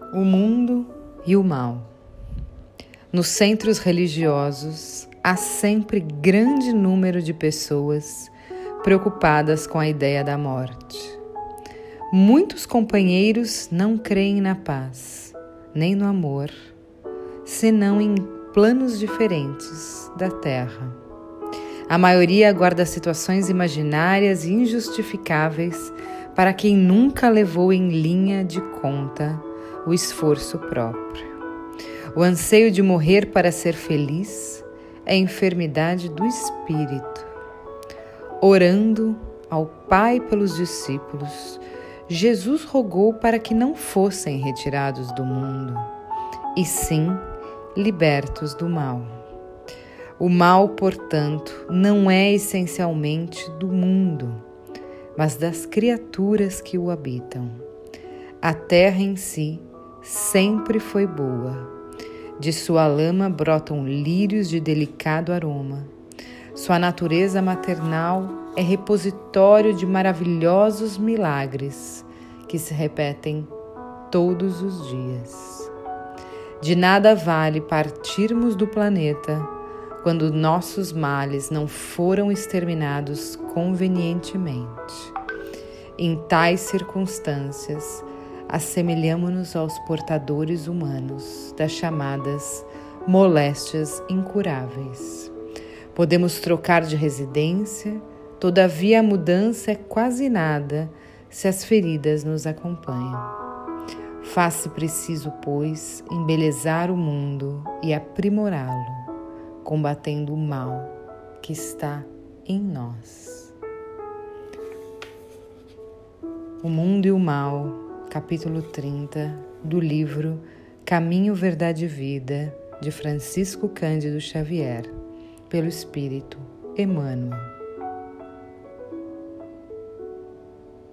O mundo e o mal. Nos centros religiosos, há sempre grande número de pessoas preocupadas com a ideia da morte. Muitos companheiros não creem na paz, nem no amor, senão em planos diferentes da terra. A maioria aguarda situações imaginárias e injustificáveis para quem nunca levou em linha de conta o esforço próprio. O anseio de morrer para ser feliz é enfermidade do espírito. Orando ao Pai pelos discípulos, Jesus rogou para que não fossem retirados do mundo, e sim libertos do mal. O mal, portanto, não é essencialmente do mundo, mas das criaturas que o habitam. A terra em si sempre foi boa. De sua lama brotam lírios de delicado aroma. Sua natureza maternal é repositório de maravilhosos milagres que se repetem todos os dias. De nada vale partirmos do planeta quando nossos males não foram exterminados convenientemente. Em tais circunstâncias, assemelhamo-nos aos portadores humanos das chamadas moléstias incuráveis. Podemos trocar de residência, todavia a mudança é quase nada se as feridas nos acompanham. Faz-se preciso, pois, embelezar o mundo e aprimorá-lo, combatendo o mal que está em nós. O Mundo e o Mal, capítulo 30, do livro Caminho, Verdade e Vida, de Francisco Cândido Xavier, pelo Espírito Emmanuel.